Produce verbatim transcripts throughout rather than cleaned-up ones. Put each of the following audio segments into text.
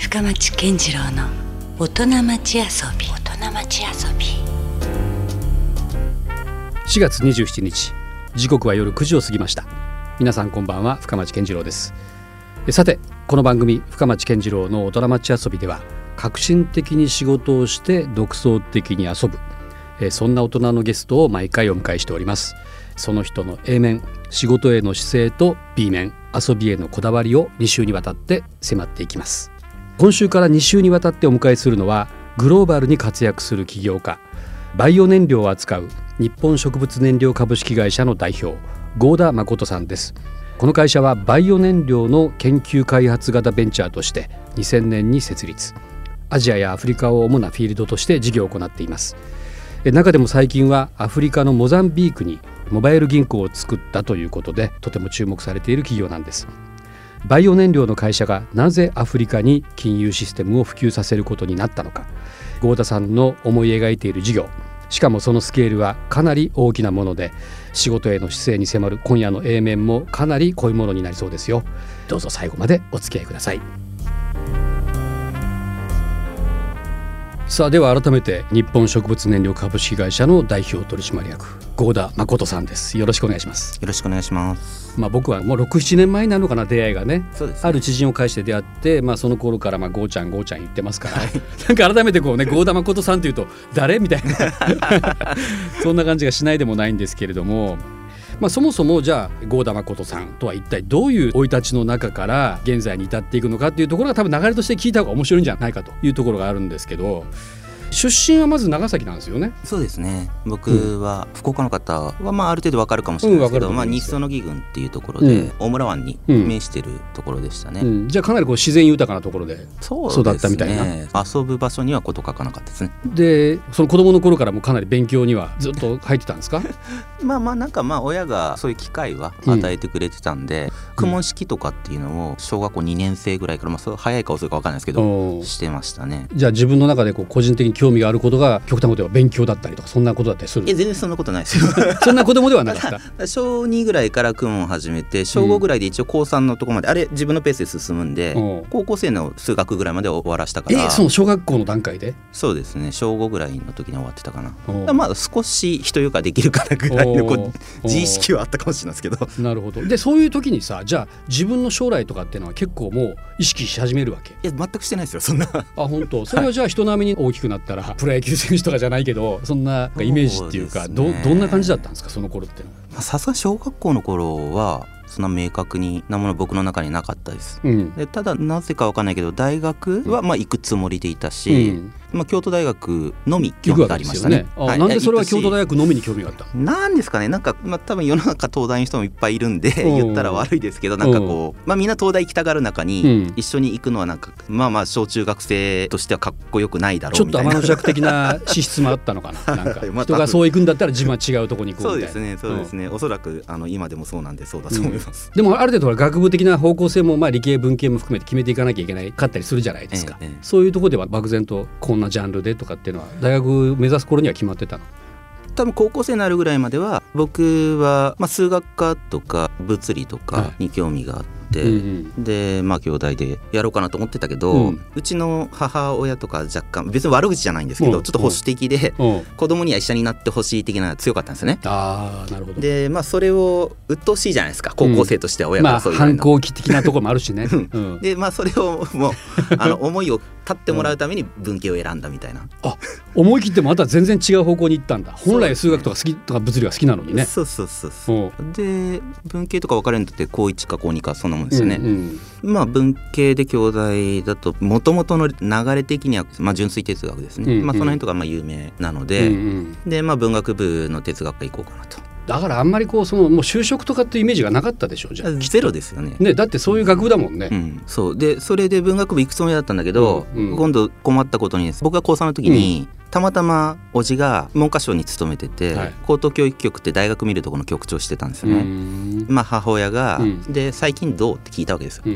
深町健次郎の大人町遊び大人町遊びしがつにじゅうしちにち、時刻は夜くじを過ぎました。皆さんこんばんは、深町健次郎です。さて、この番組深町健次郎の大人町遊びでは、革新的に仕事をして独創的に遊ぶ、そんな大人のゲストを毎回お迎えしております。その人の A 面、仕事への姿勢と B 面、遊びへのこだわりをに週にわたって迫っていきます。今週からに週にわたってお迎えするのは、グローバルに活躍する起業家、バイオ燃料を扱う日本植物燃料株式会社の代表、合田誠さんです。この会社はバイオ燃料の研究開発型ベンチャーとしてにせんねんに設立。アジアやアフリカを主なフィールドとして事業を行っています。中でも最近はアフリカのモザンビークにモバイル銀行を作ったということで、とても注目されている企業なんです。バイオ燃料の会社がなぜアフリカに金融システムを普及させることになったのか、合田さんの思い描いている事業、しかもそのスケールはかなり大きなもので、仕事への姿勢に迫る今夜の A 面もかなり濃いものになりそうですよ。どうぞ最後までお付き合いください。さあ、では改めて日本植物燃料株式会社の代表取締役、合田誠さんです。よろしくお願いします。 よろしくお願いします。 まあ、僕はもうろく、ななねんまえになるのかな、出会いがね。 そうですね。 ある知人を介して出会って、まあ、その頃からまあゴーちゃんゴーちゃん言ってますから、はい、なんか改めてこうね、合田誠さんというと誰みたいなそんな感じがしないでもないんですけれども、まあ、そもそもじゃあ合田誠さんとは一体どういう生い立ちの中から現在に至っていくのかっていうところが、多分流れとして聞いた方が面白いんじゃないかというところがあるんですけど、出身はまず長崎なんですよね。 そうですね。僕は福岡の方はまあある程度わかるかもしれないですけど、うん、まあ日曽木郡っていうところで、うん、大村湾に面してるところでしたね、 うんうん、じゃあかなりこう自然豊かなところで育ったみたいな。 そうですね。遊ぶ場所には事欠かなかったですね。 で、その子供の頃からもかなり勉強にはずっと入ってたんですか？ まあまあなんかまあ親がそういう機会は与えてくれてたんで、うん、公文式とかっていうのを小学校にねんせいぐらいから、まあそう早いか遅いか分かんないですけどしてましたね。 じゃあ自分の中でこう個人的に興味があることが極端なことでは勉強だったりとか、そんなことだったりする？ いや全然そんなことないですよそんな子供ではなかったしょうにぐらいから公文を始めて、しょうごぐらいで一応こうさんのとこまで、うん、あれ自分のペースで進むんで、うん、高校生の数学ぐらいまで終わらしたから。 えー、その小学校の段階で？ そうですね。しょうごぐらいの時に終わってたかな。まあ少し人よくできるかなぐらいのこう自意識はあったかもしれないですけどなるほど。で、そういう時にさ、じゃあ自分の将来とかっていうのは結構もう意識し始めるわけ？ いや全くしてないですよ、そんなあ、 本当。それはじゃあ人並みに大きくなったら、はい、プロ野球選手とかじゃないけど、そんなイメージっていうか、ど, どんな感じだったんですか、その頃ってのは。 さすがに小学校の頃はそんな明確になもの僕の中になかったです、うん、でただなぜか分かんないけど大学はまあ行くつもりでいたし、うんまあ、京都大学のみ興味がありましたね。 あ、はい、なんでそれは京都大学のみに興味があったの？ なんですかね。なんか、まあ、多分世の中東大の人もいっぱいいるんで言ったら悪いですけど、なんかこう、まあ、みんな東大行きたがる中に一緒に行くのはなんか、うん、まあまあ小中学生としてはかっこよくないだろうみたいな、 ちょっと天の弱的な資質もあったのかななんか人がそう行くんだったら自分は違うところに行こうみたいな。 そうですね、そうですね、うん、おそらくあの今でもそうなんでそうだと思います、 うん、でもある程度学部的な方向性もまあ理系文系も含めて決めていかなきゃいけないかったりするじゃないですか、ええええ、そういうところでは漠然とこんなジャンルでとかっていうのは大学目指す頃には決まってたの？ 多分高校生になるぐらいまでは僕はまあ数学科とか物理とかに興味があって、はい、うんうん、でまあ兄弟でやろうかなと思ってたけど、うん、うちの母親とか若干別に悪口じゃないんですけど、うん、ちょっと保守的で、うん、子供には医者になってほしい的なのが強かったんですよね。 あ、なるほど。 でまあそれを鬱陶しいじゃないですか、高校生としては親からそういうの、 うん、まあ、反抗期的なところもあるしね、うん、 でまあそれをもうあの思いを立ってもらうために文系を選んだみたいな、うん、 あ、思い切ってまた全然違う方向に行ったんだ。本来数学とか好きとか物理が好きなのにね。 そうそうそうそう。で文系とか分かれるのって高いちか高にかそんなもんですよね、うんうん、まあ文系で兄弟だともともとの流れ的には、まあ、純粋哲学ですね、うんうん、まあ、その辺とかまあ有名なので、うんうん、でまあ文学部の哲学科行こうかなと。 だからあんまりこうそのもう就職とかっていうイメージがなかったでしょう。じゃあゼロですよ ね, ねだってそういう学部だもんね、 うん、そうでそれで文学部行くつもりだったんだけど、うんうん、今度困ったことにです、僕が高さんの時に、うん、たまたまおじが文科省に勤めてて、はい、高等教育局って大学見るところの局長してたんですよね。まあ母親が、うん、で最近どうって聞いたわけですよ、うん、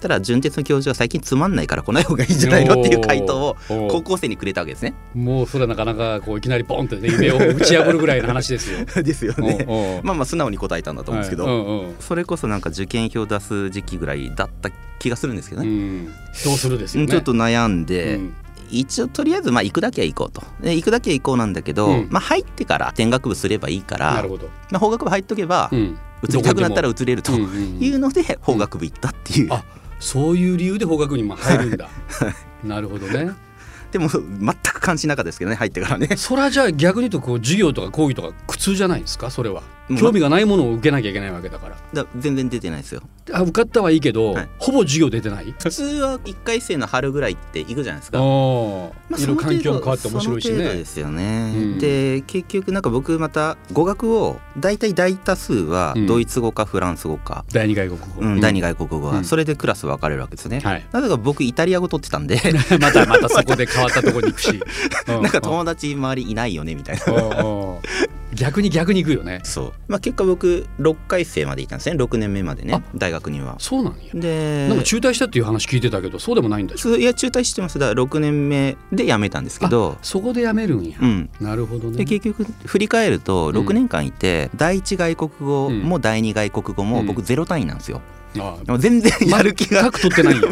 たら順鉄の教授は最近つまんないから来ない方がいいんじゃないのっていう回答を高校生にくれたわけですね。 もうそれはなかなかこういきなりポンってね夢を打ち破るぐらいの話ですよですよね。まあまあ素直に答えたんだと思うんですけど、 はいうんうん、 それこそなんか受験票出す時期ぐらいだった気がするんですけどね、うん、 どうするですよね。 ちょっと悩んで、うん一応とりあえずまあ行くだけは行こうとで行くだけは行こうなんだけど、うんまあ、入ってから転学部すればいいからなるほど、 まあ、法学部入っとけば、うん、移りたくなったら移れるというので法学部行ったっていう、 うん、あそういう理由で法学部にも入るんだなるほどね。 でも全く関心なかったですけどね入ってからね。 それはじゃあ逆に言うとこう授業とか講義とか苦痛じゃないですか。それは興味がないものを受けなきゃいけないわけだから。 だ全然出てないですよ。 あ受かったはいいけど、はい、ほぼ授業出てない。 普通はいっかい生の春ぐらいって行くじゃないですか。あ、 まあ、いろいろ環境も変わって面白いしね。 その程度ですよね、うん、で結局なんか僕また語学を大体大多数はドイツ語かフランス語か、 うん、第二外国語、 うん、第二外国語は、うん、それでクラス分かれるわけですね、はい、なぜか僕イタリア語取ってたんでまたまたそこで変わったところに行くしなんか友達周りいないよねみたいな逆に逆に行くよね。 そう、まあ、結果僕ろっかい生までいたんですね。ろくねんめまでね大学には。 そうなんや。 でなんか中退したっていう話聞いてたけどそうでもないんだ。 そういや中退してます。だからろくねんめで辞めたんですけど。 そこで辞めるんや、うん、なるほどね。 で結局振り返るとろくねんかんいて、うん、第一外国語も第二外国語も僕ゼロ単位なんですよ、うん、ああ全然やる気が全く取ってないよ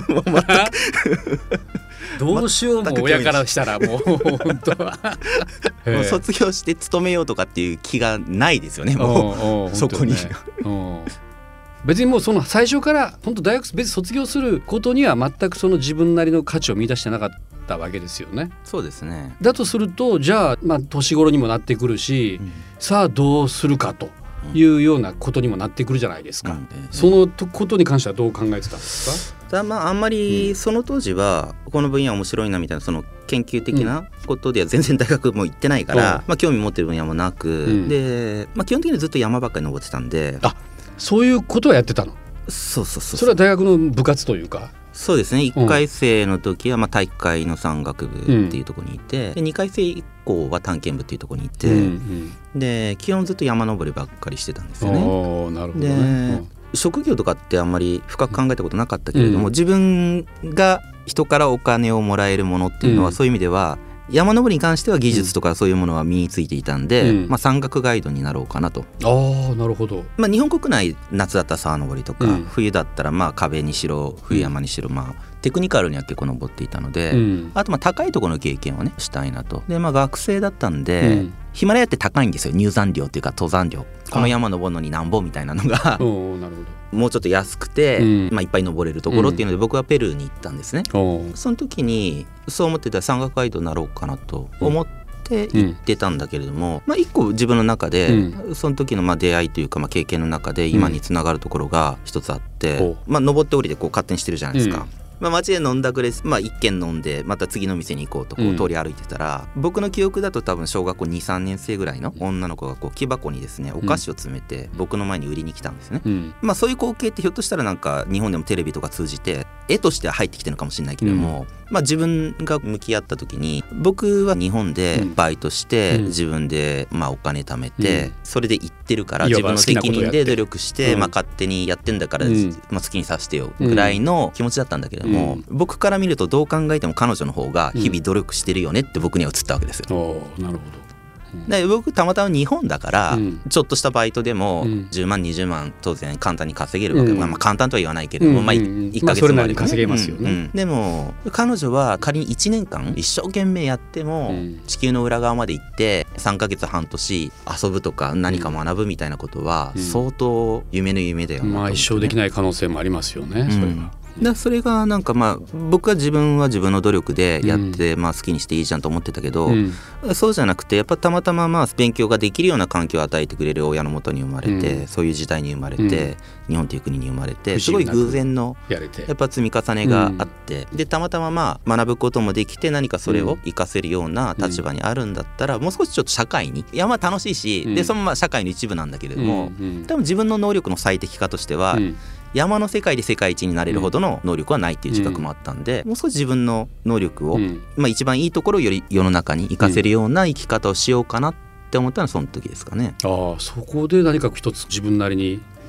どうしようも親からしたらもう本当はもう卒業して勤めようとかっていう気がないですよねもうそこに、ね、 別にもうその最初から本当大学別に卒業することには全くその自分なりの価値を見出してなかったわけですよね。 そうですね。 だとするとじゃあ、まあ、年頃にもなってくるし、うん、さあどうするかというようなことにもなってくるじゃないですか、うん、そのことに関してはどう考えてたんですか？ だまあ、あんまりその当時はこの分野面白いなみたいなその研究的なことでは全然大学も行ってないから、うんまあ、興味持ってる分野もなく、うん、で、まあ、基本的にずっと山ばっかり登ってたんで。 あそういうことをやってたの？ そうそうそう。 それは大学の部活というか。 そうですね。いっかい生の時はまあ体育会の山岳部っていうところにいて、うん、でにかい生以降は探検部っていうところにいて、うんうん、で基本ずっと山登りばっかりしてたんですよね。 おなるほどね。 で、 うん職業とかってあんまり深く考えたことなかったけれども、うん、自分が人からお金をもらえるものっていうのは、うん、そういう意味では山登りに関しては技術とかそういうものは身についていたんで、うんまあ、山岳ガイドになろうかなと。 ああなるほど、 まあ、日本国内夏だったら沢登りとか、うん、冬だったらまあ壁にしろ冬山にしろ、まあ、テクニカルには結構登っていたので、うん、あとまあ高いところの経験をねしたいなと。で、まあ、学生だったんで、うん、ヒマラヤって高いんですよ。入山料っていうか登山料。この山登るのになんぼみたいなのがおなるほどもうちょっと安くて、うんまあ、いっぱい登れるところっていうので僕はペルーに行ったんですね、うん、その時にそう思ってたら山岳ガイドになろうかなと思って行ってたんだけれども、うんまあ、一個自分の中で、うん、その時のまあ出会いというかまあ経験の中で今につながるところが一つあって、うんまあ、登って降りてこう勝手にしてるじゃないですか、うんまあ、街で飲んだくれ、まあ、一軒飲んでまた次の店に行こうとこう通り歩いてたら、うん、僕の記憶だと多分小学校 にさんねん生ぐらいの女の子がこう木箱にですねお菓子を詰めて僕の前に売りに来たんですね、うんまあ、そういう光景ってひょっとしたらなんか日本でもテレビとか通じて絵としては入ってきてるのかもしれないけれども、うんまあ、自分が向き合った時に僕は日本でバイトして自分でまあお金貯めて、うん、それで行ってるから自分の責任で努力して、まあ、勝手にやってんだから、うんまあ、好きにさせてよぐらいの気持ちだったんだけれども、うん、僕から見るとどう考えても彼女の方が日々努力してるよねって僕には映ったわけですよ、 うん、なるほど。 で僕たまたま日本だから、うん、ちょっとしたバイトでもじゅうまんにじゅうまん当然簡単に稼げるわけ、うんまあ、簡単とは言わないけれども、うんまあ、いっかげつも、ねまあ、それなりに稼げますよね、うんうん、でも彼女は仮にいちねんかん一生懸命やっても、うん、地球の裏側まで行ってさんかげつ半年遊ぶとか何か学ぶみたいなことは相当夢の夢だよなと思ってね、まあ、 一生できない可能性もありますよね、うん、それは。 だそれがなんかまあ僕は自分は自分の努力でやってまあ好きにしていいじゃんと思ってたけど、うん、そうじゃなくてやっぱたまたままあ勉強ができるような環境を与えてくれる親のもとに生まれて、うん、そういう時代に生まれて、うん、日本という国に生まれてすごい偶然のやっぱ積み重ねがあって、うん、でたまたままあ学ぶこともできて何かそれを活かせるような立場にあるんだったらもう少しちょっと社会にいやまあ楽しいし、うん、でそのまま社会の一部なんだけれども、うんうん、多分自分の能力の最適化としては、うん山の世界で世界一になれるほどの能力はないっていう自覚もあったんで、うん、もう少し自分の能力を、うんまあ、一番いいところをより世の中に生かせるような生き方をしようかなって思ったのはその時ですかね。 ああそこで何か一つ自分なりに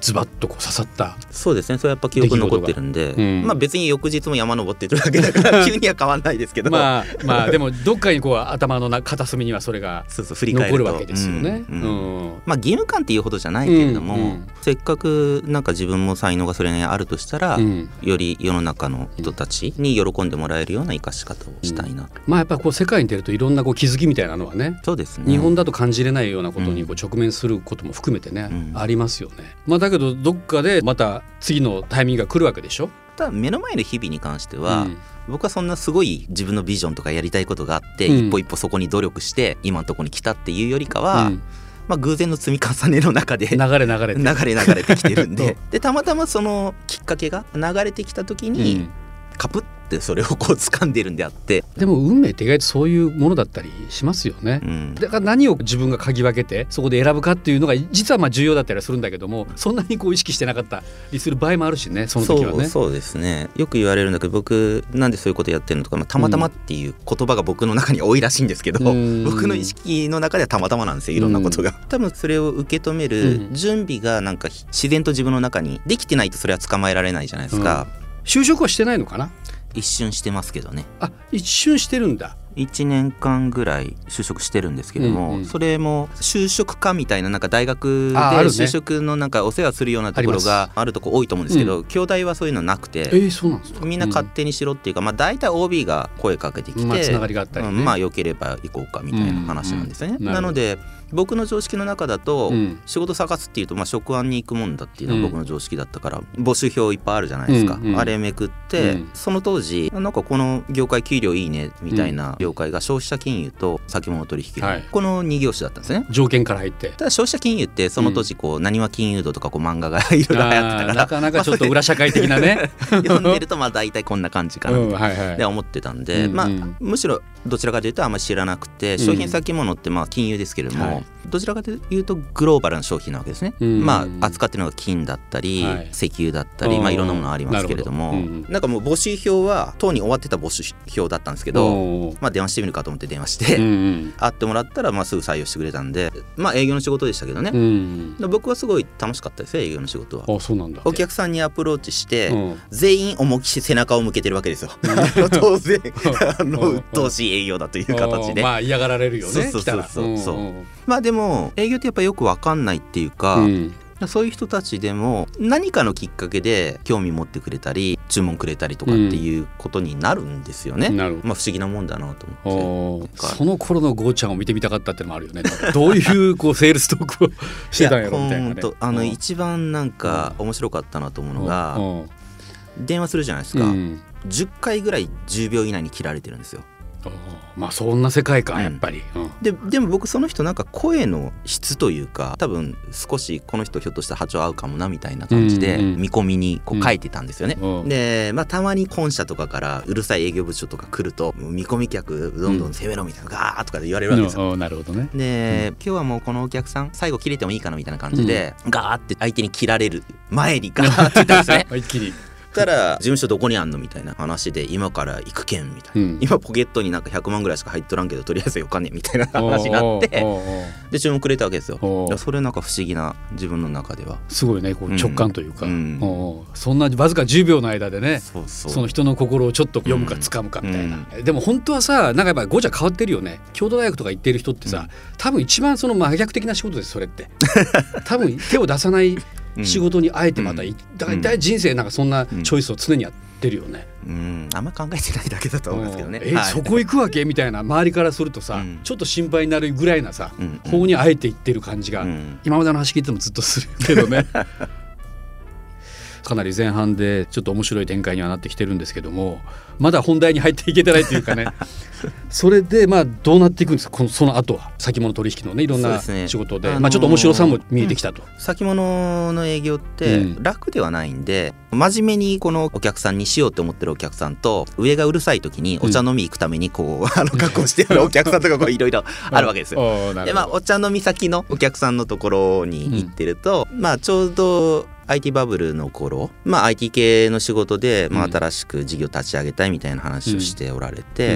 ズバッとこう刺さった。 そうですね、それはやっぱ記憶に残ってるんで、うん、まあ別に翌日も山登ってるだけだから急には変わんないですけどまあまあでもどっかにこう頭の片隅にはそれが残るわけですよね。 うんうんうん、まあ義務感っていうほどじゃないけれども、うんうん、せっかくなんか自分も才能がそれにあるとしたら、うん、より世の中の人たちに喜んでもらえるような生かし方をしたいな、うん、 まあやっぱこう世界に出るといろんなこう気づきみたいなのはね、 そうですね、 日本だと感じれないようなことにこう直面することも含めてね、うん、ありますよね。まあだけどどっかでまた次のタイミングが来るわけでしょ。 ただ目の前の日々に関しては、うん、僕はそんなすごい自分のビジョンとかやりたいことがあって、うん、一歩一歩そこに努力して今のところに来たっていうよりかは、うん、まあ、偶然の積み重ねの中で流れ流れて流れ流れてきてるんででたまたまそのきっかけが流れてきた時に、うん、カプッってそれをこう掴んでるんであって、 でも運命って意外とそういうものだったりしますよね、うん、だから何を自分が嗅ぎ分けてそこで選ぶかっていうのが実はまあ重要だったりするんだけども、そんなにこう意識してなかったりする場合もあるしね、その時はね。 そう、そうですね、よく言われるんだけど、僕なんでそういうことやってるのとか、まあ、たまたまっていう言葉が僕の中に多いらしいんですけど、うん、僕の意識の中ではたまたまなんですよ、いろんなことが、うん、多分それを受け止める準備がなんか自然と自分の中にできてないとそれは捕まえられないじゃないですか、 うん、就職はしてないのかな。 一瞬してますけどね。 あ、一瞬してるんだ。 いちねんかんぐらい就職してるんですけども、うんうん、それも就職課みたいな、なんか大学で就職のなんかお世話するようなところがあるとこ多いと思うんですけど、京大はそういうのなくて、 えー、そうなんですか。 みんな勝手にしろっていうか、まあ、大体 オービー が声かけてきて、まあ、 つながりがあったりね、うん、 まあ良ければ行こうかみたいな話なんですよね、うんうん、な, なので僕の常識の中だと、うん、仕事探すっていうと、まあ、職案に行くもんだっていうのが僕の常識だったから、うん、募集票いっぱいあるじゃないですか、うんうん、あれめくって、うん、その当時なんかこの業界給料いいねみたいな業界が消費者金融と先物取引、はい、このに業種だったんですね。 条件から入って。 ただ消費者金融ってその当時こうなにわ金融道とかこう漫画がいろいろ流行ってたからなかなかちょっと裏社会的なね読んでるとまあ大体こんな感じかなって思ってたんで、まあむしろどちらかというとあんまり知らなくて、商品先物ってまあ金融ですけれども、はい、どちらかというとグローバルな商品なわけですね、まあ扱ってるのが金だったり、はい、石油だったり、まあいろんなものありますけれども、うん、なんかもう募集票は当に終わってた募集票だったんですけど、まあ電話してみるかと思って電話して、うんうん、会ってもらったらまあすぐ採用してくれたんで、まあ営業の仕事でしたけどね、うん、僕はすごい楽しかったですよ、営業の仕事は。 あ、そうなんだ。 お客さんにアプローチして、うん、全員思いっきり背中を向けてるわけですよ当然あの鬱陶しい営業だという形で、 まあ嫌がられるよね。 そうそうそうそうそう、うんうん、まあでも営業ってやっぱよく分かんないっていうか、うん、そういう人たちでも何かのきっかけで興味持ってくれたり注文くれたりとかっていうことになるんですよね、うん、なる、まあ、不思議なもんだなと思って。 その頃のゴーちゃんを見てみたかったってのもあるよねどういうこうセールストークをしてたんやろみたいなね。 あの一番なんか面白かったなと思うのが、電話するじゃないですか、うん、じゅっかいぐらいじゅうびょう以内に切られてるんですよ。 まあそんな世界観やっぱり、うんうん、で, でも僕その人なんか声の質というか、多分少しこの人ひょっとしたら波長合うかもなみたいな感じで見込みにこう書いてたんですよね、うんうん、で、まあ、たまに本社とかからうるさい営業部長とか来ると見込み客どんどん攻めろみたいな、うん、ガーッとかで言われるわけですよ、 うん、なるほどね。 で、うん、今日はもうこのお客さん最後切れてもいいかなみたいな感じで、うん、ガーッて相手に切られる前にガーッて言ったんですね一気にたら事務所どこにあんのみたいな話で、今から行くけんみたいな、うん、今ポケットになんかひゃくまんぐらいしか入っとらんけどとりあえずよかねみたいな話になって、で注文くれたわけですよ。それなんか不思議な自分の中ではすごいね、こう直感というか、うんうん、そんなわずかじゅうびょうの間でね、そうそう、その人の心をちょっと読むか掴むかみたいな、うん、でも本当はさ、なんかやっぱりゴチャ変わってるよね。京都大学とか行ってる人ってさ、うん、多分一番その真逆的な仕事ですそれって多分手を出さない仕事にあえてまた、うん、大体人生なんかそんなチョイスを常にやってるよね、 うんうん、あんま考えてないだけだと思うんですけどね。 え、はい、そこ行くわけみたいな周りからするとさ、うん、ちょっと心配になるぐらいなさ、うん、方にあえて行ってる感じが、うん、今までの話聞いてもずっとするけどねかなり前半でちょっと面白い展開にはなってきてるんですけども、まだ本題に入っていけてないというかねそれでまあどうなっていくんですか、このその後は先物取引のねいろんな仕事 で, で、ね、まあ、ちょっと面白さも見えてきたと、 うん、先物の営業って楽ではないんで、うん、真面目にこのお客さんにしようって思ってるお客さんと、上がうるさい時にお茶飲み行くためにこう、うん、あの格好してるお客さんとかいろいろあるわけですよで、まあ、お茶飲み先のお客さんのところに行ってると、うん、まあちょうどアイティー バブルの頃、まあ、アイティー 系の仕事で、まあ、新しく事業立ち上げたいみたいな話をしておられて、うん、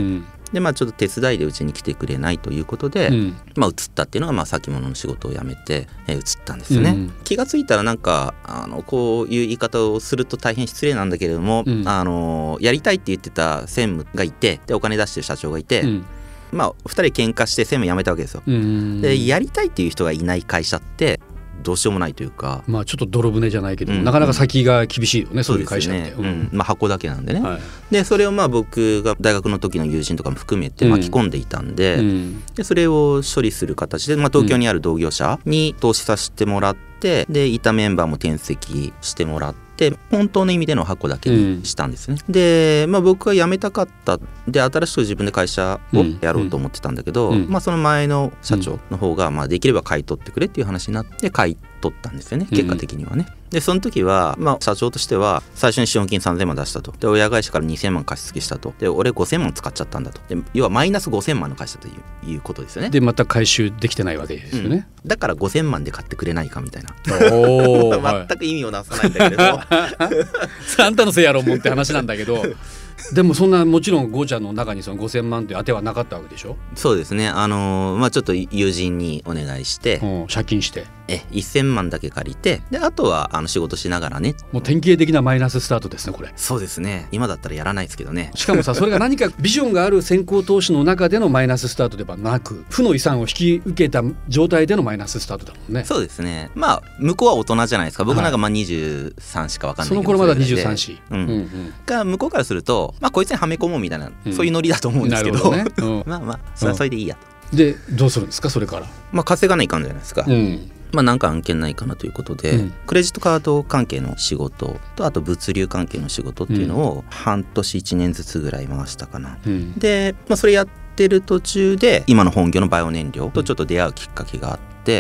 でまあちょっと手伝いでうちに来てくれないということで、うん、まあ移ったっていうのがまあ先物の仕事を辞めて、えー、移ったんですよね、うん、気がついたらなんかあのこういう言い方をすると大変失礼なんだけれども、うん、あのやりたいって言ってた専務がいて、でお金出してる社長がいて、うん、まあふたり喧嘩して専務辞めたわけですよ、うん、でやりたいっていう人がいない会社ってどうしようもないというか、 まあちょっと泥船じゃないけど、うん、なかなか先が厳しいよね、うん、そういう会社って、 そうですね、うん、まあ箱だけなんでね、はい、でそれをまあ僕が大学の時の友人とかも含めて巻き込んでいたんで、うん、でそれを処理する形で、まあ、東京にある同業者に投資させてもらって、でいたメンバーも転籍してもらってで本当の意味での箱だけにしたんですね、うん、で、まあ、僕は辞めたかったで新しく自分で会社をやろうと思ってたんだけど、うんうん、まあ、その前の社長の方がまあできれば買い取ってくれっていう話になって買い取ったんですよね、結果的にはね。でその時は、まあ、社長としては最初に資本金さんぜんまん出したと、で親会社からにせんまん貸し付けしたと、で俺ごせんまん使っちゃったんだと、で要はマイナスごせんまんの会社という、いうことですよね。 でまた回収できてないわけですよね、 うん、だからごせんまんで買ってくれないかみたいなお全く意味をなさないんだけれどあんたのせいやろもんって話なんだけどでもそんなもちろんゴーちゃんの中にそのごせんまんという当てはなかったわけでしょ。 そうですね、あのーまあ、ちょっと友人にお願いして、 うん、借金してえせんまんだけ借りて、であとはあの仕事しながらね。 もう典型的なマイナススタートですねこれ。 そうですね、今だったらやらないですけどね。 しかもさそれが何かビジョンがある先行投資の中でのマイナススタートではなく、負の遺産を引き受けた状態でのマイナススタートだもんね。 そうですね、まあ向こうは大人じゃないですか。僕なんかまあにじゅうさんしか分かんないけど、 その頃まだにじゅうさんし、 うんうんうん、が向こうからすると、まあ、こいつにはめ込もうみたいな、うん、そういうノリだと思うんですけど、ねうん、まあまあそれはそれでいいやと、 うん、でどうするんですかそれから。 まあ稼がないかんじゃないですか、うん、まあ、なんか案件ないかなということで、うん、クレジットカード関係の仕事とあと物流関係の仕事っていうのを半年いちねんずつぐらい回したかな、うん、で、まあ、それやってる途中で今の本業のバイオ燃料とちょっと出会うきっかけがあって、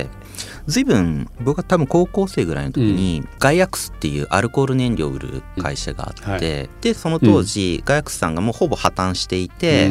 随分僕は多分高校生ぐらいの時に、うん、ガイアクスっていうアルコール燃料を売る会社があって、うんはい、でその当時、うん、ガイアクスさんがもうほぼ破綻していて、うん、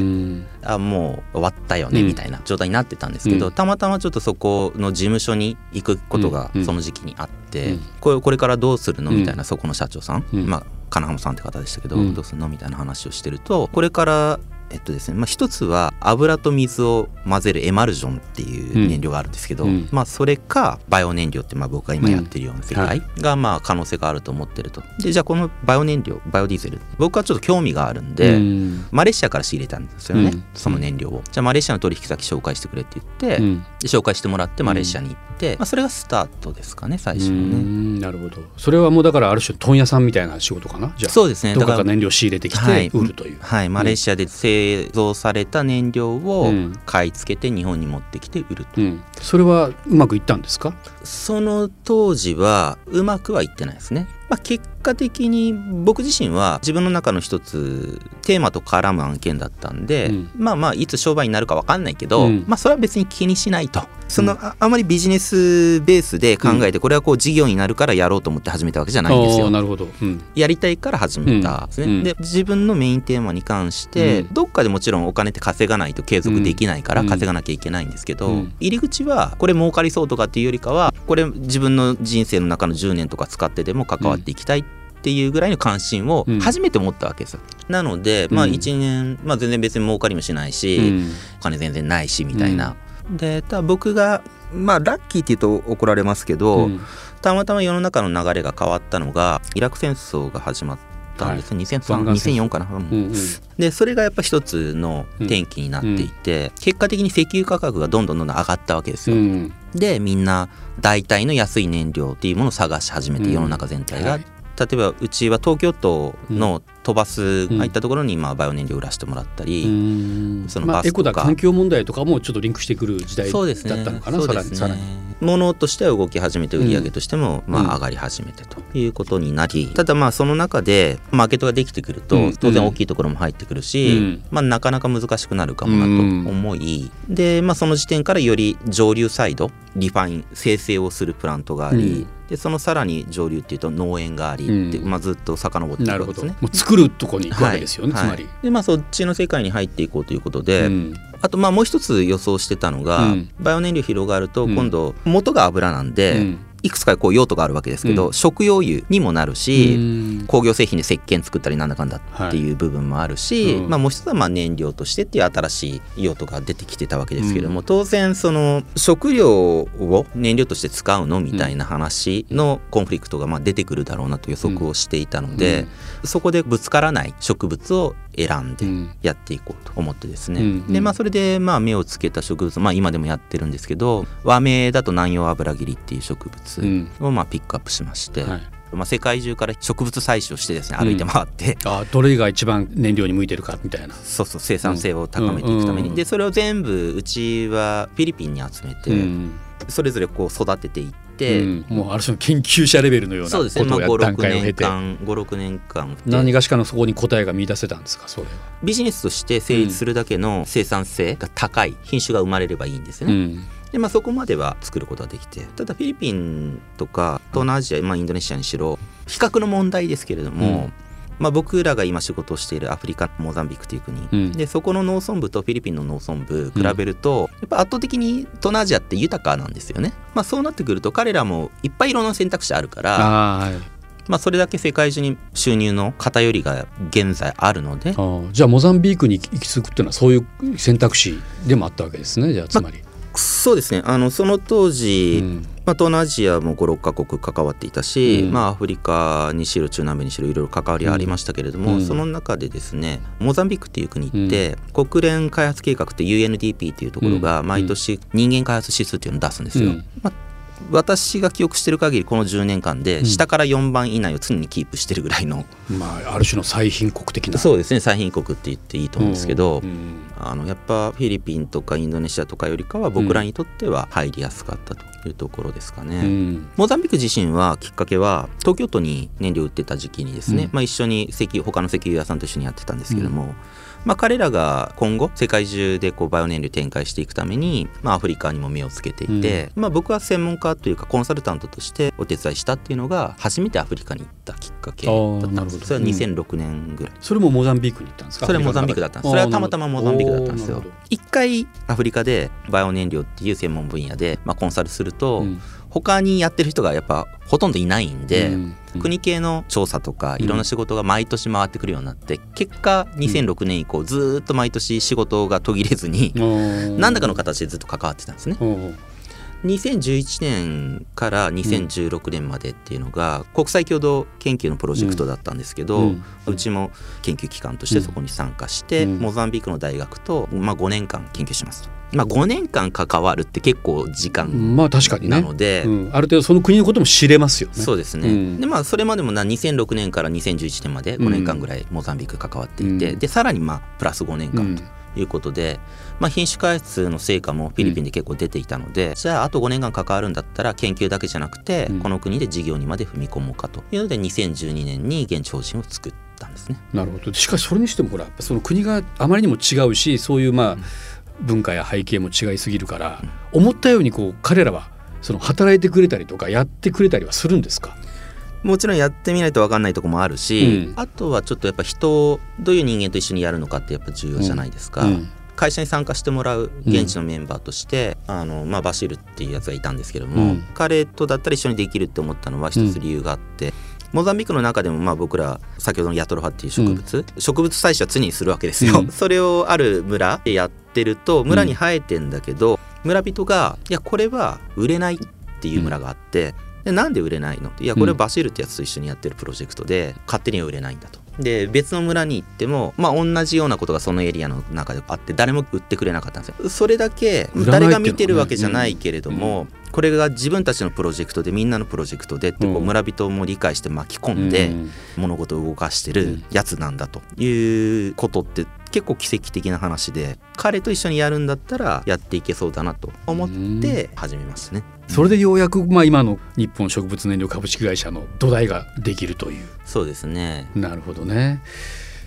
あもう終わったよねみたいな状態になってたんですけど、うん、たまたまちょっとそこの事務所に行くことがその時期にあって、うん、これ、これからどうするのみたいな、そこの社長さん、うん、まあ金浜さんって方でしたけど、うん、どうするのみたいな話をしてると、これからえっとですねまあ、一つは油と水を混ぜるエマルジョンっていう燃料があるんですけど、うん、まあ、それかバイオ燃料ってまあ僕が今やってるような世界がまあ可能性があると思ってると。でじゃあこのバイオ燃料バイオディーゼル僕はちょっと興味があるんで、うん、マレーシアから仕入れたんですよね、うん、その燃料を。じゃあマレーシアの取引先紹介してくれって言って、うん、で紹介してもらってマレーシアに行って、まあ、それがスタートですかね最初のね。うんなるほど。それはもうだからある種問屋さんみたいな仕事かな。じゃあそうですね、 どこか燃料仕入れてきて売るという、 はいはい、マレーシアで製造された燃料を買い付けて日本に持ってきて売ると、うん、 それはうまくいったんですか。 その当時はうまくはいってないですね。まあ、結果的に僕自身は自分の中の一つテーマと絡む案件だったんで、うん、まあまあいつ商売になるか分かんないけど、うん、まあそれは別に気にしないと。その あ, あまりビジネスベースで考えて、これはこう事業になるからやろうと思って始めたわけじゃないんですよ。 なるほど、うん、 やりたいから始めたんですね、うん、で自分のメインテーマに関して、うん、どっかでもちろんお金って稼がないと継続できないから稼がなきゃいけないんですけど、うん、入り口はこれ儲かりそうとかっていうよりかは、これ自分の人生の中のじゅうねんとか使ってでも関わっていきたいっていうぐらいの関心を初めて持ったわけですよ、うん、なので、まあ、いちねん、まあ、全然別に儲かりもしないし、うん、お金全然ないしみたいな、うん、でただ僕が、まあ、ラッキーって言うと怒られますけど、うん、たまたま世の中の流れが変わったのがイラク戦争が始まったんです、はい、にせんさん、にせんよんかな、うんうん、でそれがやっぱ一つの転機になっていて、うん、結果的に石油価格がどんどんどんどん上がったわけですよ、うん、でみんな代替の安い燃料っていうものを探し始めて、世の中全体が、うんはい、例えばうちは東京都の飛ばす入ったところにまあバイオ燃料を売らせてもらったり、うん、そのバスとか、まあ、エコだ環境問題とかもちょっとリンクしてくる時代だったのかな。 そうですね、さらに物としては動き始めて、売上としてもまあ上がり始めてということになり、ただまあその中でマーケットができてくると当然大きいところも入ってくるし、まあなかなか難しくなるかもなと思い、でまあその時点からより上流サイドリファイン生成をするプラントがあり、でそのさらに上流っていうと農園がありって、まあずっと遡っていくわけですね。 もう作るとこに行くわけですよね、はい、つまり、 はい、でまあそっちの世界に入っていこうということで、うん、あとまあもう一つ予想してたのが、うん、バイオ燃料広がると今度元が油なんで、うん、 いくつかこう用途があるわけですけど、うん、食用油にもなるし、工業製品で石鹸作ったりなんだかんだっていう部分もあるし、はいうんまあ、もう一つはまあ燃料としてっていう新しい用途が出てきてたわけですけども、うん、当然その食料を燃料として使うのみたいな話のコンフリクトがまあ出てくるだろうなと予測をしていたので、うんうん、そこでぶつからない植物を選んでやっていこうと思ってですね、うんうん、でまあそれでまあ目をつけた植物、まあ、今でもやってるんですけど、和名だと南洋油切りっていう植物をまあピックアップしまして、うんはいまあ、世界中から植物採取をしてですね歩いて回って、 うん、あどれが一番燃料に向いてるかみたいな、 そうそう生産性を高めていくために、うん、でそれを全部うちはフィリピンに集めて、うん、それぞれこう育てていって、うん、 もうある種の研究者レベルのようなことをやった段階を経て、 ごろくねんかん何がしかのそこに答えが見出せたんですか。それはビジネスとして成立するだけの生産性が高い品種が生まれればいいんですね、うんでまあ、そこまでは作ることができて、ただフィリピンとか東南アジア、まあ、インドネシアにしろ比較の問題ですけれども、うんまあ、僕らが今仕事をしているアフリカモザンビークという国、うん、でそこの農村部とフィリピンの農村部比べると、うん、やっぱ圧倒的に東南アジアって豊かなんですよね、まあ、そうなってくると彼らもいっぱいいろんな選択肢あるから、あ、はいまあ、それだけ世界中に収入の偏りが現在あるので、 あじゃあモザンビークに行き着くっていうのはそういう選択肢でもあったわけですね。じゃあつまり、まそうですね、あのその当時、うんまあ、東南アジアもごろっかこく関わっていたし、うんまあ、アフリカにしろ中南米にしろいろいろ関わりはありましたけれども、うん、その中でですねモザンビークっていう国って、うん、国連開発計画って ユーエヌディーピー っていうところが毎年人間開発指数っていうのを出すんですよ、うんまあ私が記憶してる限りこのじゅうねんかんで下からよんばん以内を常にキープしてるぐらいの、 うんまあ、ある種の最貧国的な、 そうですね最貧国って言っていいと思うんですけど、うんうん、あのやっぱフィリピンとかインドネシアとかよりかは僕らにとっては入りやすかったというところですかね、うん、モザンビーク自身はきっかけは東京都に燃料売ってた時期にですね、うんまあ、一緒に石油他の石油屋さんと一緒にやってたんですけども、うんまあ、彼らが今後世界中でこうバイオ燃料展開していくために、まあ、アフリカにも目をつけていて、うんまあ、僕は専門家というかコンサルタントとしてお手伝いしたっていうのが初めてアフリカに行ったきっかけだったんです。それはにせんろくねんぐらい、うん、 それもモザンビークに行ったんですか。 それはモザンビークだったんです。それはたまたまモザンビークだったんですよ。一回アフリカでバイオ燃料っていう専門分野で、まあ、コンサルすると、うん他にやってる人がやっぱほとんどいないんで、うんうん、国系の調査とかいろんな仕事が毎年回ってくるようになって、うん、結果にせんろくねん以降ずっと毎年仕事が途切れずに、うん、何らかの形でずっと関わってたんですね、うん、にせんじゅういちねんからにせんじゅうろくねんまでっていうのが国際共同研究のプロジェクトだったんですけど、うんうん、うちも研究機関としてそこに参加して、うん、モザンビークの大学と、まあ、ごねんかん研究しますと。まあ、ごねんかん関わるって結構時間なので、 うんうん、ある程度その国のことも知れますよね。 そうですね、うん、でまあそれまでもなにせんろくねんからにせんじゅういちねんまでごねんかんぐらいモザンビーク関わっていて、うん、でさらにまあプラスごねんかんということで、まあ、品種開発の成果もフィリピンで結構出ていたので、うん、じゃああとごねんかん関わるんだったら研究だけじゃなくて、うん、この国で事業にまで踏み込もうかというのでにせんじゅうにねんに現地法人を作ったんですね。 なるほど。しかしそれにしてもほらその国があまりにも違うし、そういうまあ、うん文化や背景も違いすぎるから、うん、思ったようにこう彼らはその働いてくれたりとかやってくれたりはするんですか。 もちろんやってみないと分かんないところもあるし、うん、あとはちょっとやっぱ人をどういう人間と一緒にやるのかってやっぱ重要じゃないですか、うんうん、会社に参加してもらう現地のメンバーとして、うんあのまあ、バシルっていうやつがいたんですけども、うん、彼とだったら一緒にできるって思ったのは一つ理由があって、うんモザンビークの中でもまあ僕ら先ほどのヤトロファっていう植物、うん、植物採取は常にするわけですよ、うん、それをある村でやってると村に生えてんだけど、うん、村人がいやこれは売れないっていう村があって、うん、でなんで売れないのいやこれはバシルってやつと一緒にやってるプロジェクトで勝手には売れないんだと。で別の村に行っても、まあ、同じようなことがそのエリアの中であって誰も売ってくれなかったんですよ。それだけ誰が見てるわけじゃないけれども、うん、これが自分たちのプロジェクトでみんなのプロジェクトでってこう村人も理解して巻き込んで物事を動かしてるやつなんだということって結構奇跡的な話で、彼と一緒にやるんだったらやっていけそうだなと思って始めましたね。 それでようやく、まあ、今の日本植物燃料株式会社の土台ができるという。 そうですね。 なるほどね。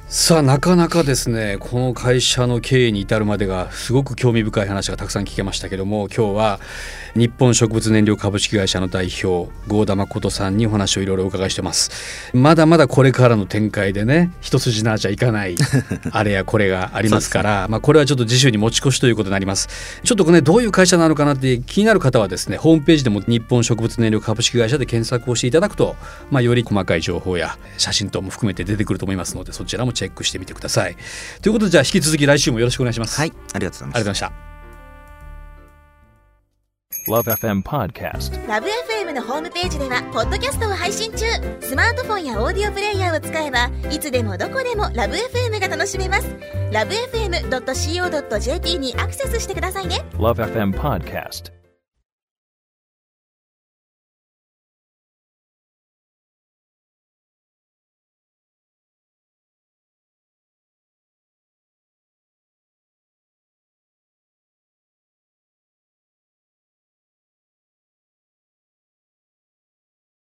さあなかなかですねこの会社の経営に至るまでがすごく興味深い話がたくさん聞けましたけども、今日は日本植物燃料株式会社の代表合田誠さんにお話をいろいろお伺いしてます。まだまだこれからの展開でね一筋縄じゃいかないあれやこれがありますからまあ、これはちょっと次週に持ち越しということになります。ちょっとねどういう会社なのかなって気になる方はですねホームページでも日本植物燃料株式会社で検索をしていただくと、まあ、より細かい情報や写真等も含めて出てくると思いますので、そちらもチェックしてみてください。ということでじゃあ引き続き来週もよろしくお願いします。 はい、ありがとうございます。 ありがとうございました。 ラブ エフエム Podcast。 ラブ エフエム のホームページではポッドキャストを配信中。スマートフォンやオーディオプレイヤーを使えばいつでもどこでもラブ エフエム が楽しめます。ラブ エフエムドットシーオードットジェーピー にアクセスしてくださいね。 ラブ エフエム Podcast。